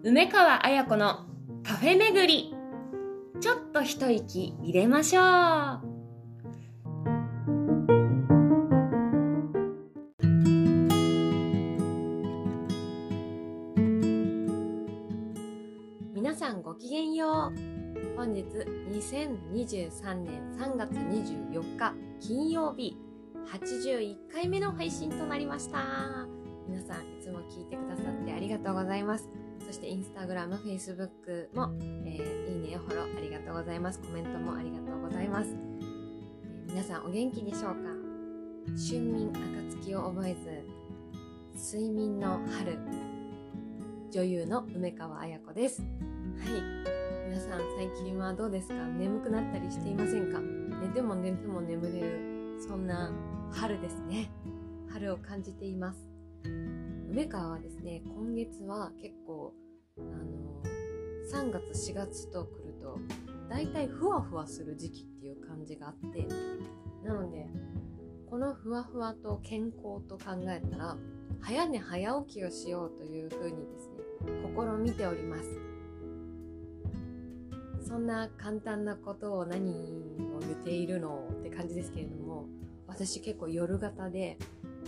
梅川彩子のカフェ巡り。ちょっと一息入れましょう。皆さんごきげんよう。本日2023年3月24日金曜日、81回目の配信となりました。皆さんいつも聞いてくださってありがとうございます。そしてインスタグラム、フェイスブックも、いいね、フォローありがとうございます。コメントもありがとうございます。皆さんお元気でしょうか？春眠暁を覚えず、睡眠の春、女優の梅川彩子です。はい、皆さん最近はどうですか？眠くなったりしていませんか？寝ても寝ても眠れる、そんな春ですね。春を感じています。梅川はですね、今月は結構3月4月と来るとだいたいふわふわする時期っていう感じがあって、なのでこのふわふわと健康と考えたら早寝早起きをしようというふうにですね、試みております。そんな簡単なことを何を言っているのって感じですけれども、私結構夜型で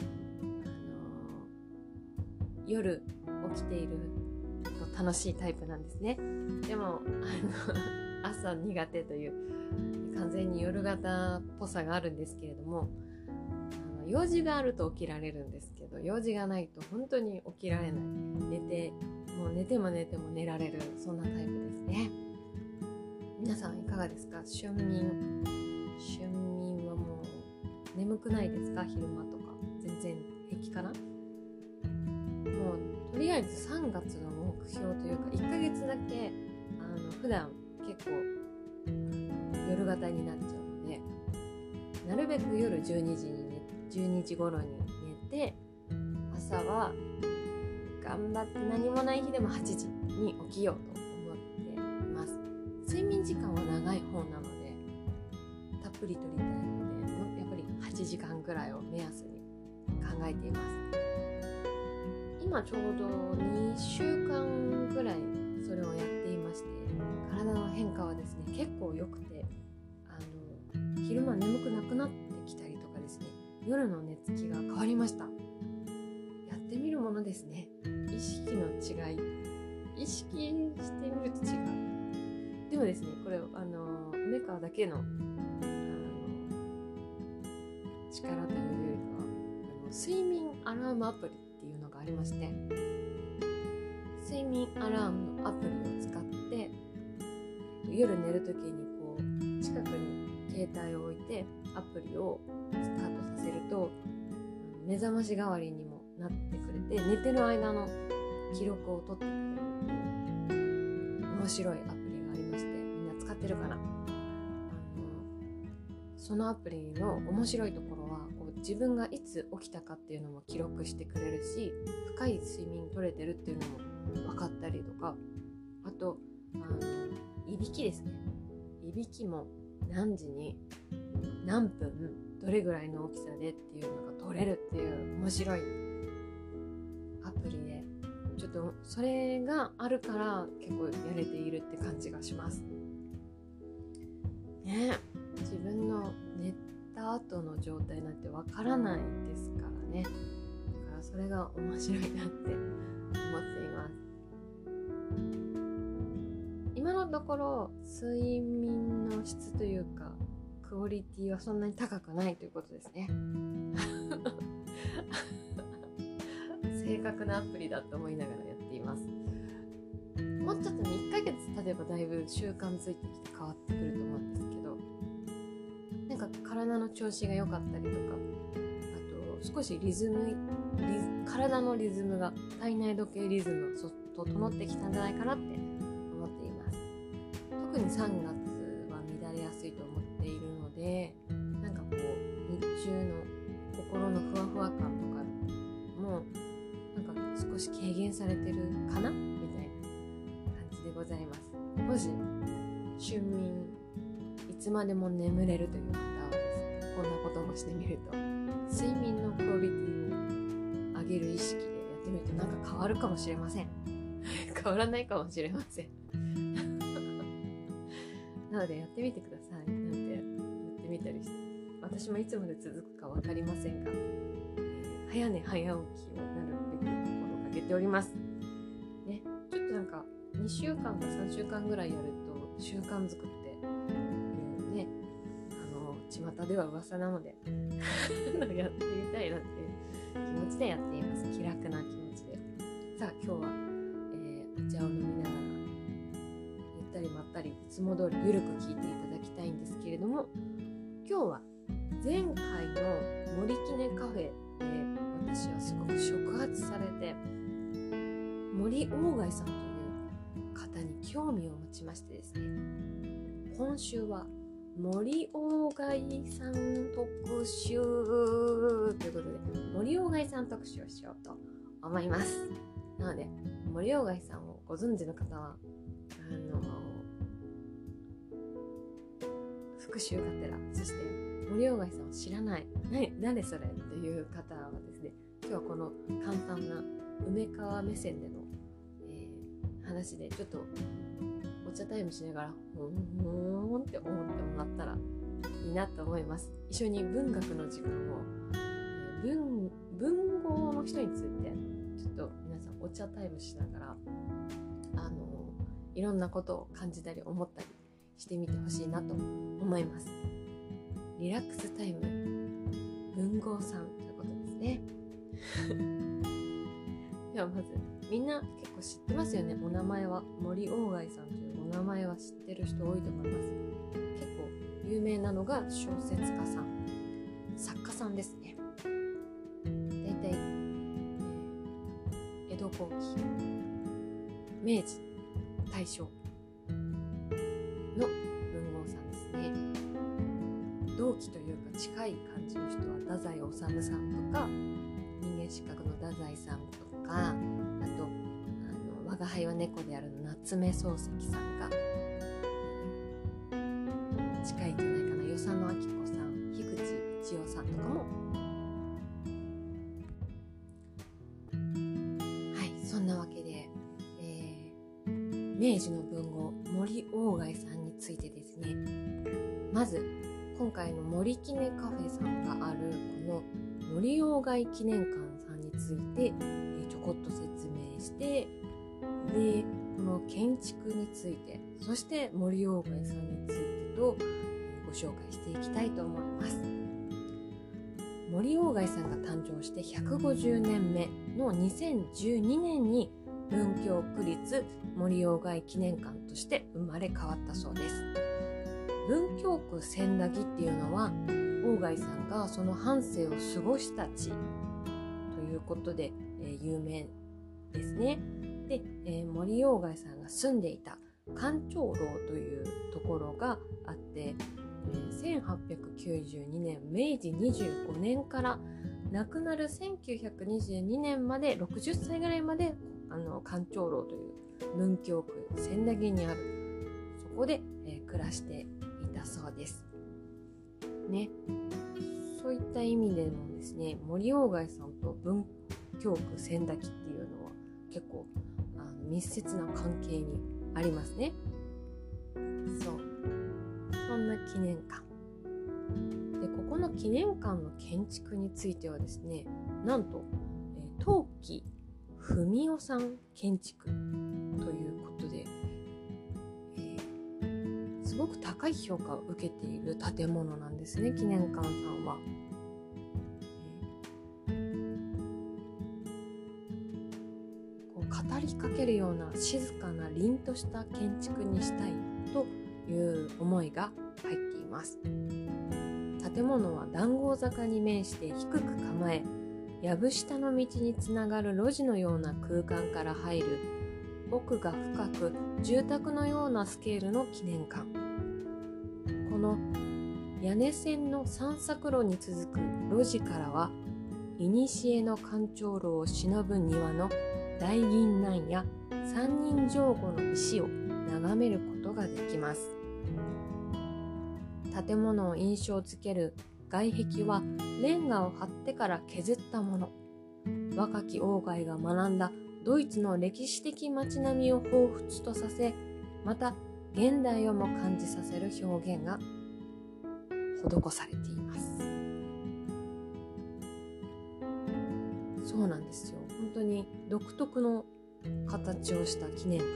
夜起きていると楽しいタイプなんですね。でも朝苦手という完全に夜型っぽさがあるんですけれども、用事があると起きられるんですけど、用事がないと本当に起きられない。もう寝ても寝ても寝られる、そんなタイプですね。皆さんいかがですか？春眠はもう眠くないですか？昼間とか全然平気かな？もうとりあえず3月の目標というか1ヶ月だけ普段結構夜型になっちゃうので、なるべく夜12時頃に寝て、朝は頑張って何もない日でも8時に起きようと思っています。睡眠時間は長い方なのでたっぷりとりたいので、やっぱり8時間ぐらいを目安に考えています。今ちょうど2週間ぐらいそれをやっていまして、体の変化はですね結構良くて、昼間眠くなくなってきたりとかですね、夜の寝つきが変わりました。やってみるものですね。意識の違い、意識してみると違う。でもですね、これ梅川だけの力というよりかは睡眠アラームアプリっていうのがありまして、睡眠アラームのアプリを使って夜寝るときにこう近くに携帯を置いてアプリをスタートさせると目覚まし代わりにもなってくれて、寝てる間の記録を取ってくれる面白いアプリがありまして、みんな使ってるかな？そのアプリの面白いところは自分がいつ起きたかっていうのも記録してくれるし、深い睡眠取れてるっていうのも分かったりとか、あといびきですね。いびきも何時に何分どれぐらいの大きさでっていうのが取れるっていう面白いアプリで、ちょっとそれがあるから結構やれているって感じがしますね。自分の寝た後の状態なんてわからないですからね。だからそれが面白いなって思っています。今のところ睡眠の質というかクオリティはそんなに高くないということですね。正確なアプリだと思いながらやっています。もうちょっとね、1ヶ月経てばだいぶ習慣づいてきて変わってくると思うんですけど、なんか体の調子が良かったりとか、あと少し体のリズムが、体内時計リズムが整ってきたんじゃないかなって思っています。特に3月は乱れやすいと思っているので、なんかこう日中の心のふわふわ感とかもなんか少し軽減されてるかなみたいな感じでございます。もし春眠いつまでも眠れるという方はですね、こんなこともしてみると睡眠のクオリティを上げる意識でやってみるとなんか変わるかもしれません。 変わらないかもしれませんなのでやってみてくださいなんて言ってみたりして、私もいつまで続くか分かりませんが、早寝早起きをなるべく心がけておりますね。ちょっとなんか2週間か3週間ぐらいやると習慣づくっていうね、巷では噂なのでやってみたいなっていう気持ちでやっています。気楽な気持ちで。さあ今日は、お茶を飲みながらゆったりまったりいつも通りゆるく聞いていただきたいんですけれども、今日は前回の森きねカフェで私はすごく触発されて、森鴎外さんという方に興味を持ちましてですね、今週は森鴎外さん特集ということで、森鴎外さん特集をしようと思います。なので森鴎外さんをご存知の方は復習がてら、そして森鴎外さんを知らない、誰それっていう方はですね、今日はこの簡単な梅川目線での、話でちょっとお茶タイムしながらふーんって思ってもらったらいいなと思います。一緒に文学の時間を、文豪の人についてちょっと皆さんお茶タイムしながらいろんなことを感じたり思ったりしてみてほしいなと思います。リラックスタイム文豪さんということですねではまずみんな結構知ってますよね。お名前は森鴎外さんというお名前は知ってる人多いと思います。結構有名なのが小説家さん、作家さんですね。だいたい、江戸後期、明治、大正の文豪さんですね。同期というか近い感じの人は太宰治さんとか、人間失格の太宰さんとか、あと我が輩は猫である夏目漱石さんが近いんじゃないかな。与謝野晶子さん、樋口一葉さんとかも、はい、そんなわけで、明治の文豪森鴎外さんについてですね、まず今回の森記念カフェさんがあるこの森鴎外記念館さんについてちょこっと説明して、でこの建築について、そして森鴎外さんについてとご紹介していきたいと思います。森鴎外さんが誕生して150年目の2012年に文京区立森鴎外記念館として生まれ変わったそうです。文京区千駄木っていうのは鴎外さんがその半生を過ごした地ということで、有名ですね。で、森鴎外さんが住んでいた官長楼というところがあって、1892年明治25年から亡くなる1922年まで60歳ぐらいまで官長楼という文京区千駄木にある、そこで、暮らしていたそうですね。そういった意味でもですね、森鴎外さんと文京区千駄木っていうのは結構密接な関係にありますね。そんな記念館で、ここの記念館の建築についてはですね、なんと陶器文夫さん建築ということで、すごく高い評価を受けている建物なんですね、記念館さんは。語りかけるような静かな凛とした建築にしたいという思いが入っています。建物は談合坂に面して低く構え、藪下の道につながる路地のような空間から入る奥が深く住宅のようなスケールの記念館。この屋根線の散策路に続く路地からは、古の官長楼を忍ぶ庭の大銀杏や三人乗後の石を眺めることができます。建物を印象づける外壁はレンガを張ってから削ったもの。若き鴎外が学んだドイツの歴史的街並みを彷彿とさせ、また現代をも感じさせる表現が施されています。そうなんですよ。本当に独特の形をした記念館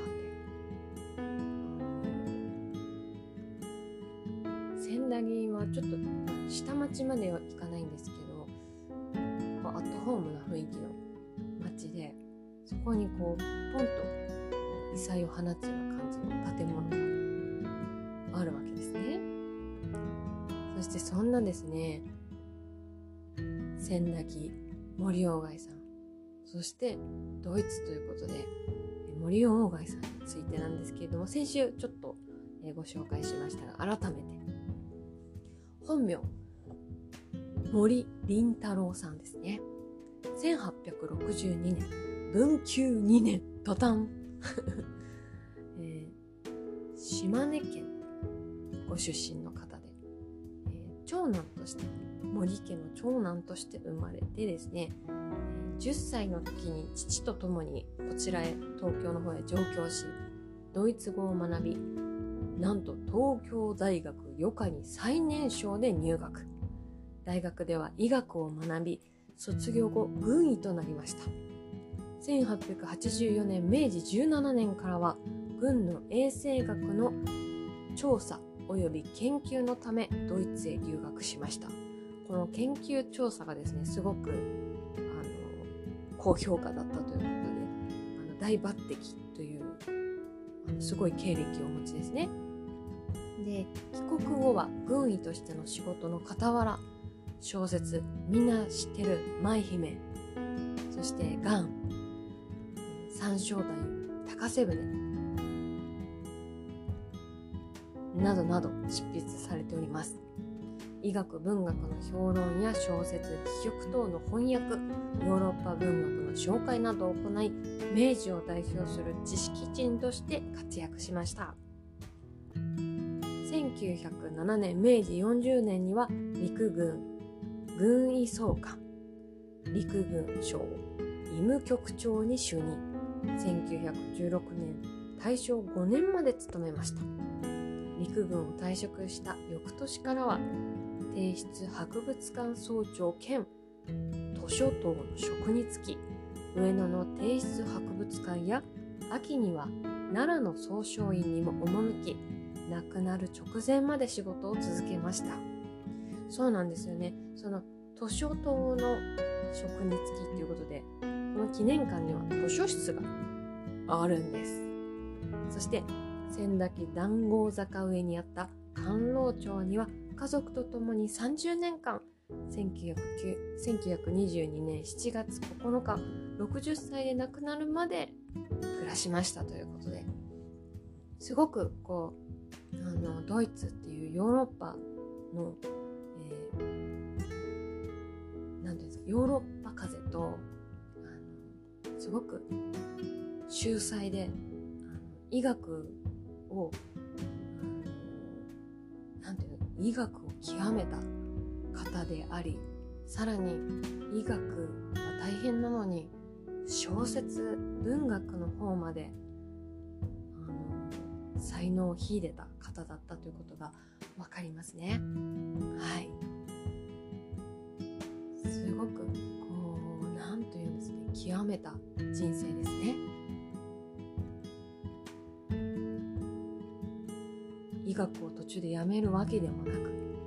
で、千駄木はちょっと下町までは行かないんですけど、アットホームな雰囲気の街で、そこにこうポンと異彩を放つような感じの建物があるわけですね。そしてそんなですね、千駄木、森鴎外さん、そしてドイツということで森鴎外さんについてなんですけれども、先週ちょっとご紹介しましたが、改めて本名森林太郎さんですね。1862年文久2年途端島根県ご出身の方で、長男として森家の長男として生まれてですね、10歳の時に父と共にこちらへ東京の方へ上京し、ドイツ語を学び、なんと東京大学予科に最年少で入学。大学では医学を学び、卒業後軍医となりました。1884年明治17年からは軍の衛生学の調査及び研究のためドイツへ留学しました。この研究調査がですね、すごく高評価だったということで、大抜擢というすごい経歴をお持ちですね。で、帰国後は軍医としての仕事の傍ら、小説みんな知ってる舞姫、そしてガン、三正太夫、高瀬舟などなど執筆されております。医学文学の評論や小説、戯曲等の翻訳、ヨーロッパ文学の紹介などを行い、明治を代表する知識人として活躍しました。1907年明治40年には陸軍軍医総監、陸軍省医務局長に就任。1916年大正5年まで務めました。陸軍を退職した翌年からは帝室博物館総長兼図書棟の職に就き、上野の帝室博物館や秋には奈良の総書院にも赴き、亡くなる直前まで仕事を続けました。そうなんですよね。その図書棟の職に就きということで、この記念館には図書室があるんです。そして千駄木談合坂上にあった官楼町には家族と共に30年間、1922年7月9日、60歳で亡くなるまで暮らしましたということで、すごくこうドイツっていうヨーロッパの、なんていうんですか、ヨーロッパ風とすごく秀才で医学をなんていうの、医学を極めた方であり、さらに医学は大変なのに小説文学の方まで才能を秀でた方だったということがわかりますね。はい。すごくこうなんというんですね、極めた人生ですね。医学を途中でやめるわけでもなく、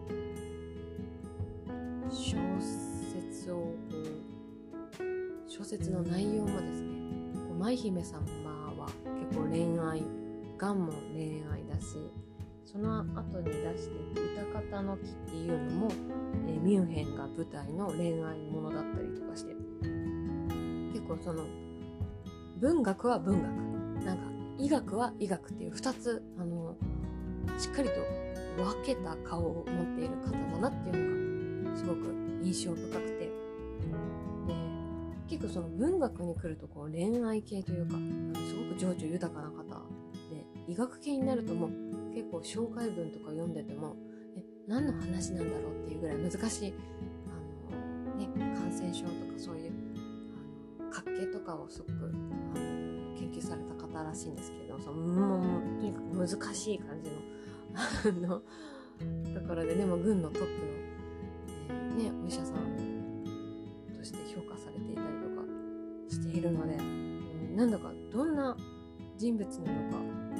小説の内容もですね、舞姫様は結構恋愛、ガンも恋愛だし、その後に出して歌方の木っていうのも、ミュンヘンが舞台の恋愛ものだったりとかして、結構その文学は文学、なんか医学は医学っていう2つしっかりと分けた顔を持っている方だなっていうのがすごく印象深くて、で結構その文学に来るとこう恋愛系というかすごく情緒豊かな方で、医学系になるともう結構紹介文とか読んでても何の話なんだろうっていうぐらい難しい感染症とかそういう滑稽とかをすごく研究された方らしいんですけれど、もうとにかく難しい感じのところで、でも軍のトップの、お医者さんとして評価されていたりとかしているので、なんだかどんな人物なのか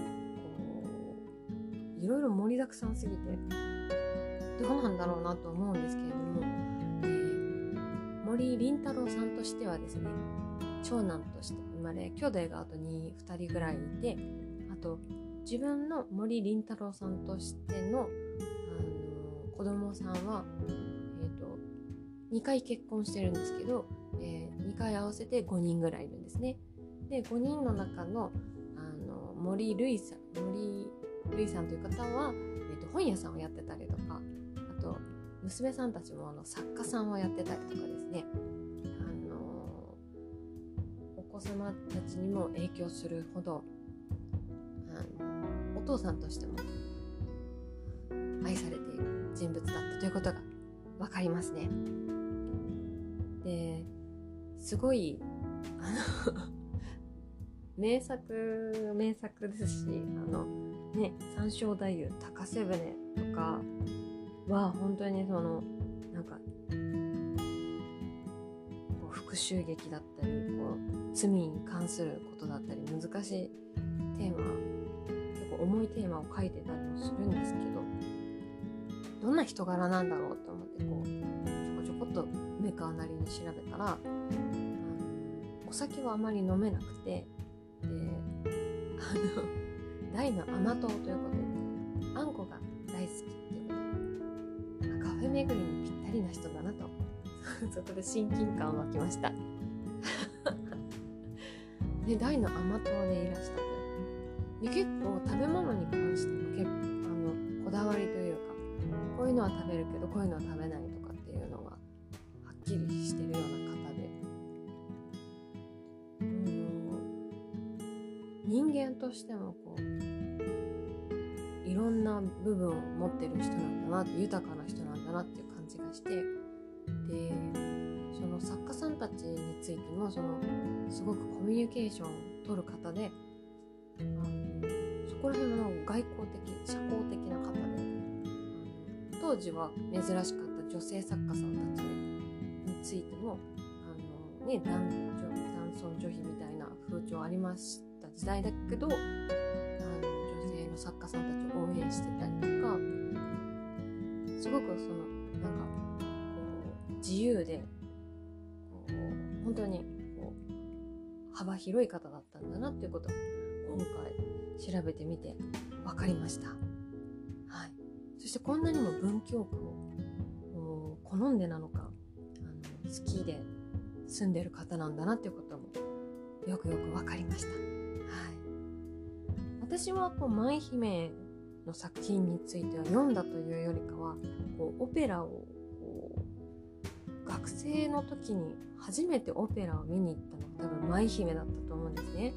いろいろ盛りだくさんすぎてどうなんだろうなと思うんですけれども、森林太郎さんとしてはですね、長男として生まれ、兄弟があと2人ぐらいいて、あと自分の森林太郎さんとしての、子供さんは、2回結婚してるんですけど、2回合わせて5人ぐらいいるんですね。で、5人の中の、森瑠衣さんという方は、本屋さんをやってたりとか、あと娘さんたちも作家さんをやってたりとかですね、お子様たちにも影響するほどお父さんとしても愛されている人物だったということが分かりますね。ですごい名作ですし、三笑太夫、高瀬舟とかは本当になんか復讐劇だったり、罪に関することだったり、難しいテーマ、結構重いテーマを書いてたりもするんですけど、どんな人柄なんだろうと思ってちょこっとメカなりに調べたら、お酒はあまり飲めなくて、大の甘党ということで、あんこが大好きっていうことで、カフェ巡りにぴったりな人だなとそこで親近感湧きましたで、大の甘党でいらしたというで、結構食べ物に関しても結構こだわりというか、こういうのは食べるけどこういうのは食べないとかっていうのがはっきりしてるような方で、人間としてもいろんな部分を持ってる人なんだなって、豊かな人なんだなっていう感じがして、でその作家さんたちについてもすごくコミュニケーションを取る方で、そこら辺の外交的社交的な方で、当時は珍しかった女性作家さんたちについても男尊女卑みたいな風潮ありました時代だけど、女性の作家さんたちを応援してたりとか、すごく自由で本当に幅広い方だったんだなっていうことを今回調べてみて分かりました。はい。そしてこんなにも文京区を好んでなのか好きで住んでる方なんだなっていうこともよく分かりました。はい。私は舞姫の作品については読んだというよりかはオペラを学生の時に初めてオペラを見に行ったのが多分舞姫だったと思うんですね。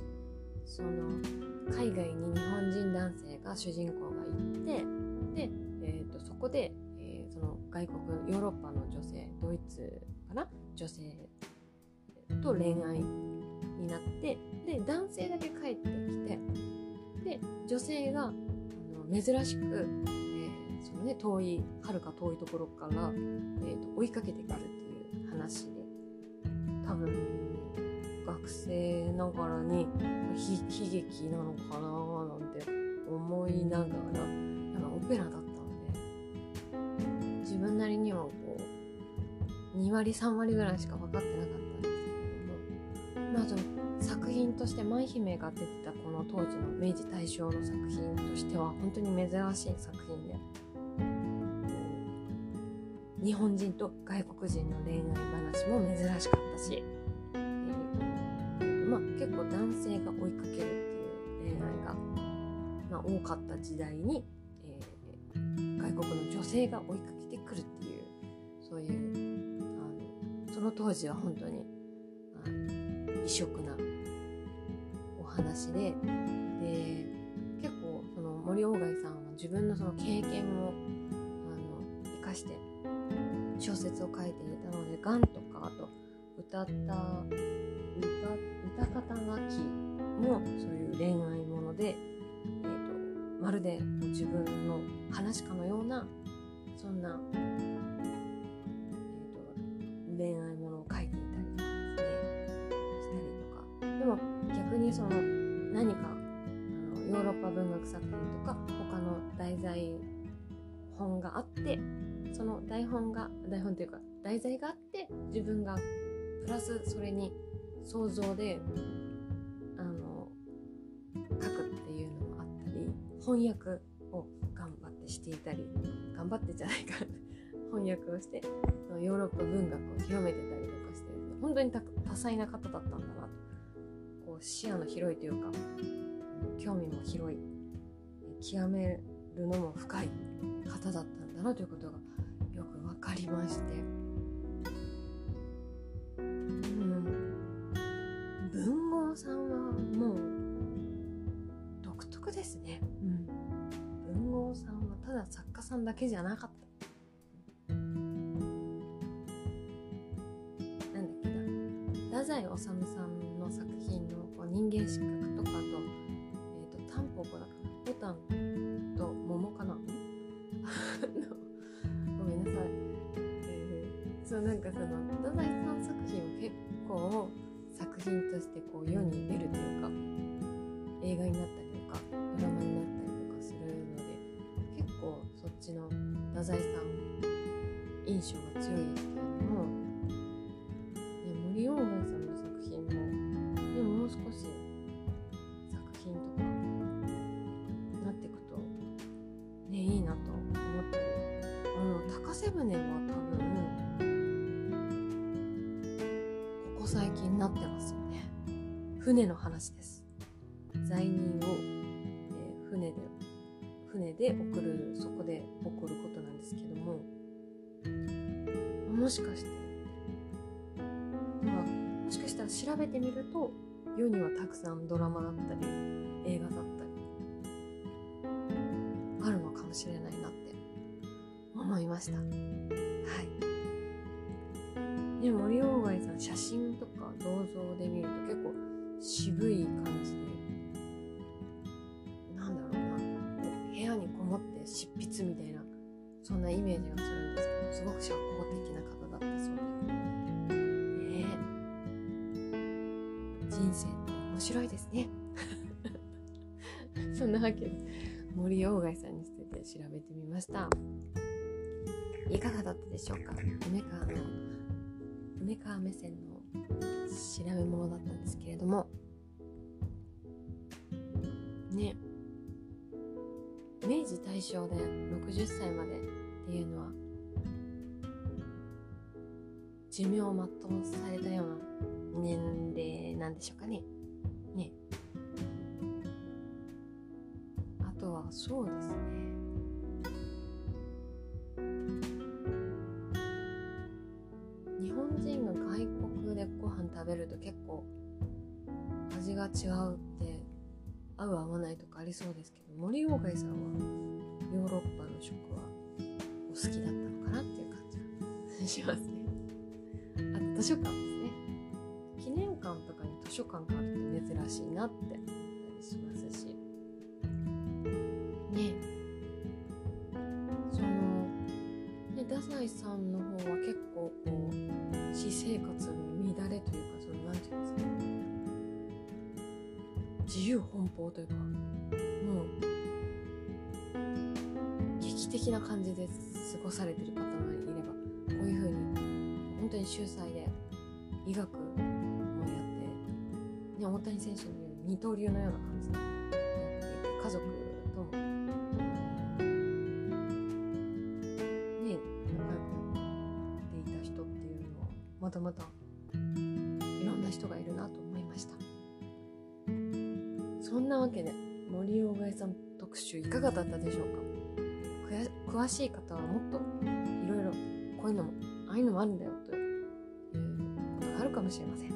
海外に日本人男性が主人公が行って、で、そこで、その外国ヨーロッパの女性、ドイツかな、女性と恋愛になって、で男性だけ帰ってきて、で女性が珍しく、はるか遠いところから、追いかけてくるっていう話で、多分学生ながらに悲劇なのかななんて思いながら、オペラだったので、自分なりには2割3割ぐらいしか分かってなかったんですけれども、作品として舞姫が出てたこの当時の明治大正の作品としては本当に珍しい作品で、日本人と外国人の恋愛話も珍しかったし、結構男性が追いかけるっていう恋愛が、多かった時代に、外国の女性が追いかけてくるっていう、そういうその当時は本当に異色なお話で、結構森鴎外さんは自分のその経験を生かして小説を書いていたので、がんとかあと歌方書きもそういう恋愛もので、まるで自分の話かのようなそんな、恋愛ものを書いていたりとかですね、したりとか。でも逆にその何かヨーロッパ文学作品とか他の題材本があって、その台本というか題材があって、自分がプラスそれに想像で書くっていうのもあったり、翻訳を頑張ってしていたり、頑張ってじゃないか翻訳をしてヨーロッパ文学を広めてたりとかしてですね、本当に多彩な方だったんだなと、こう視野の広いというか興味も広い、極めるのも深い方だったんだなということがよく分かりまして、文豪さんはもう独特ですね。文豪さんはただ作家さんだけじゃなかった。なんだっけな、太宰治さんの作品のこう人間失格とか、あとタンポポだかな、ボタンと桃かなごめんなさい。そう、なんかその太宰さん作品は結構作品としてこう世に出るというか、映画になったりとかドラマになったりとかするので、結構そっちの太宰さん印象が強いですけれども、森鴎外さんの作品も、もう少し作品とかなっていくとね、いいなと思ったり、高瀬舟は多分ここ最近なってますよね。船の話です。罪人を、船で送る、そこで起こることなんですけども、もしかしたら調べてみると世にはたくさんドラマだったり映画だったりあるのかもしれないなって思いました。はい。でも森鴎外さん、写真とか銅像で見ると結構渋い感じで、なんだろうな、部屋にこもって執筆みたいな、そんなイメージがするんですけど、すごく社交的な方だったそうで、人生って面白いですねそんなわけで森鴎外さんについて調べてみました。いかがだったでしょうか。梅川目線の調べ物だったんですけれどもね、明治大正で60歳までっていうのは寿命を全うされたような年齢なんでしょうかね。あとはそうですね、日本人が外国でご飯食べると結構味が違うって合う合わないとかありそうですけど、森鴎外さんはヨーロッパの食はお好きだったのかなっていう感じがしますね。あと図書館ですね。記念館とかに図書館があるって珍しいなって思ったりしますしね。その太宰さんの方は結構こう私生活の乱れというか、そのなんていうんですか、自由奔放というか、もう劇的な感じで過ごされてる方もいれば、こういう風に本当に秀才で医学もやって、ね、大谷選手のように二刀流のような感じでやっていて、家族ともね、仲良くなっていた人っていうのはまだまだいろんな人がいるなと思いました。そんなわけで森鴎外さん特集いかがだったでしょうか。詳しい方はもっといろいろこういうのもああいうのもあるんだよということがあるかもしれません。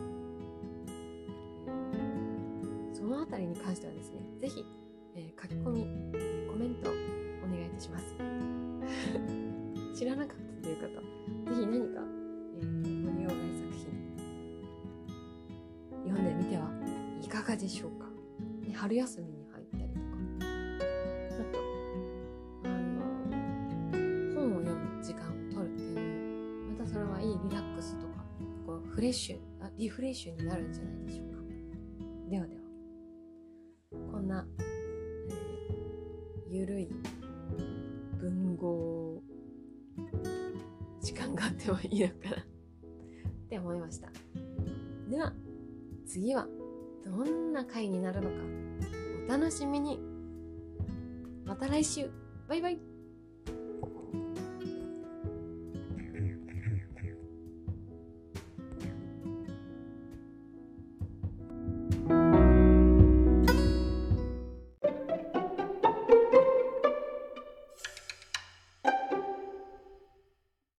そのあたりに関してはですね、ぜひ、書き込み、コメントお願いいたします知らなかったという方、ぜひ何か、森鴎外作品でしょうか。ね、春休みに入ったりとか、ちょっと本を読む時間を取るっていうのも、またそれはいいリラックスとかこうリフレッシュになるんじゃないでしょうか。ではでは、こんな、ゆるい文豪時間があってもいいのかなって思いました。では次はどんな回になるのかお楽しみに。また来週。バイバイ。